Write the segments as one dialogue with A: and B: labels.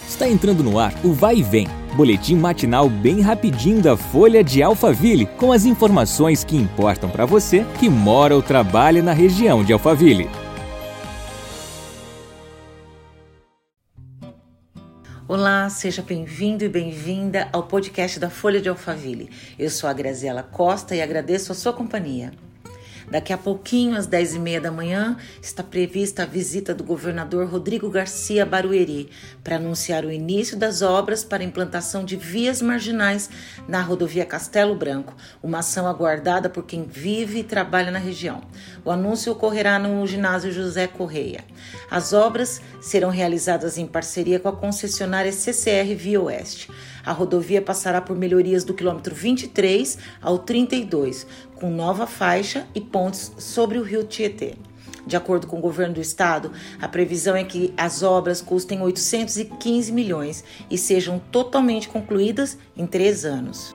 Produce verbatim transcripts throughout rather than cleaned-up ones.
A: Está entrando no ar o Vai e Vem, boletim matinal bem rapidinho da Folha de Alphaville, com as informações que importam para você que mora ou trabalha na região de Alphaville.
B: Olá, seja bem-vindo e bem-vinda ao podcast da Folha de Alphaville. Eu sou a Graziela Costa e agradeço a sua companhia. Daqui a pouquinho, às dez e meia da manhã, está prevista a visita do governador Rodrigo Garcia Barueri para anunciar o início das obras para a implantação de vias marginais na rodovia Castelo Branco, uma ação aguardada por quem vive e trabalha na região. O anúncio ocorrerá no ginásio José Correia. As obras serão realizadas em parceria com a concessionária C C R Via Oeste. A rodovia passará por melhorias do quilômetro vinte e três ao trinta e dois, com nova faixa e pontes sobre o rio Tietê. De acordo com o governo do estado, a previsão é que as obras custem oitocentos e quinze milhões e sejam totalmente concluídas em três anos.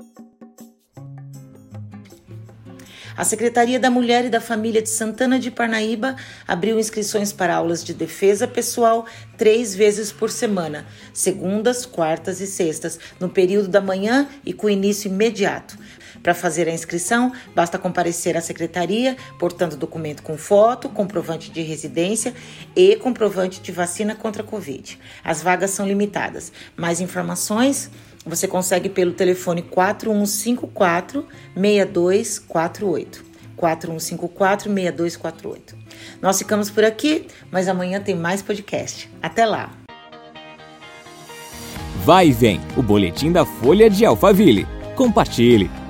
B: A Secretaria da Mulher e da Família de Santana de Parnaíba abriu inscrições para aulas de defesa pessoal três vezes por semana, segundas, quartas e sextas, no período da manhã e com início imediato. Para fazer a inscrição, basta comparecer à secretaria, portando documento com foto, comprovante de residência e comprovante de vacina contra a Covid. As vagas são limitadas. Mais informações você consegue pelo telefone quatro um cinco quatro, seis dois quatro oito. quatro um cinco quatro, seis dois quatro oito. Nós ficamos por aqui, mas amanhã tem mais podcast. Até lá!
A: Vai e Vem, o boletim da Folha de Alphaville. Compartilhe!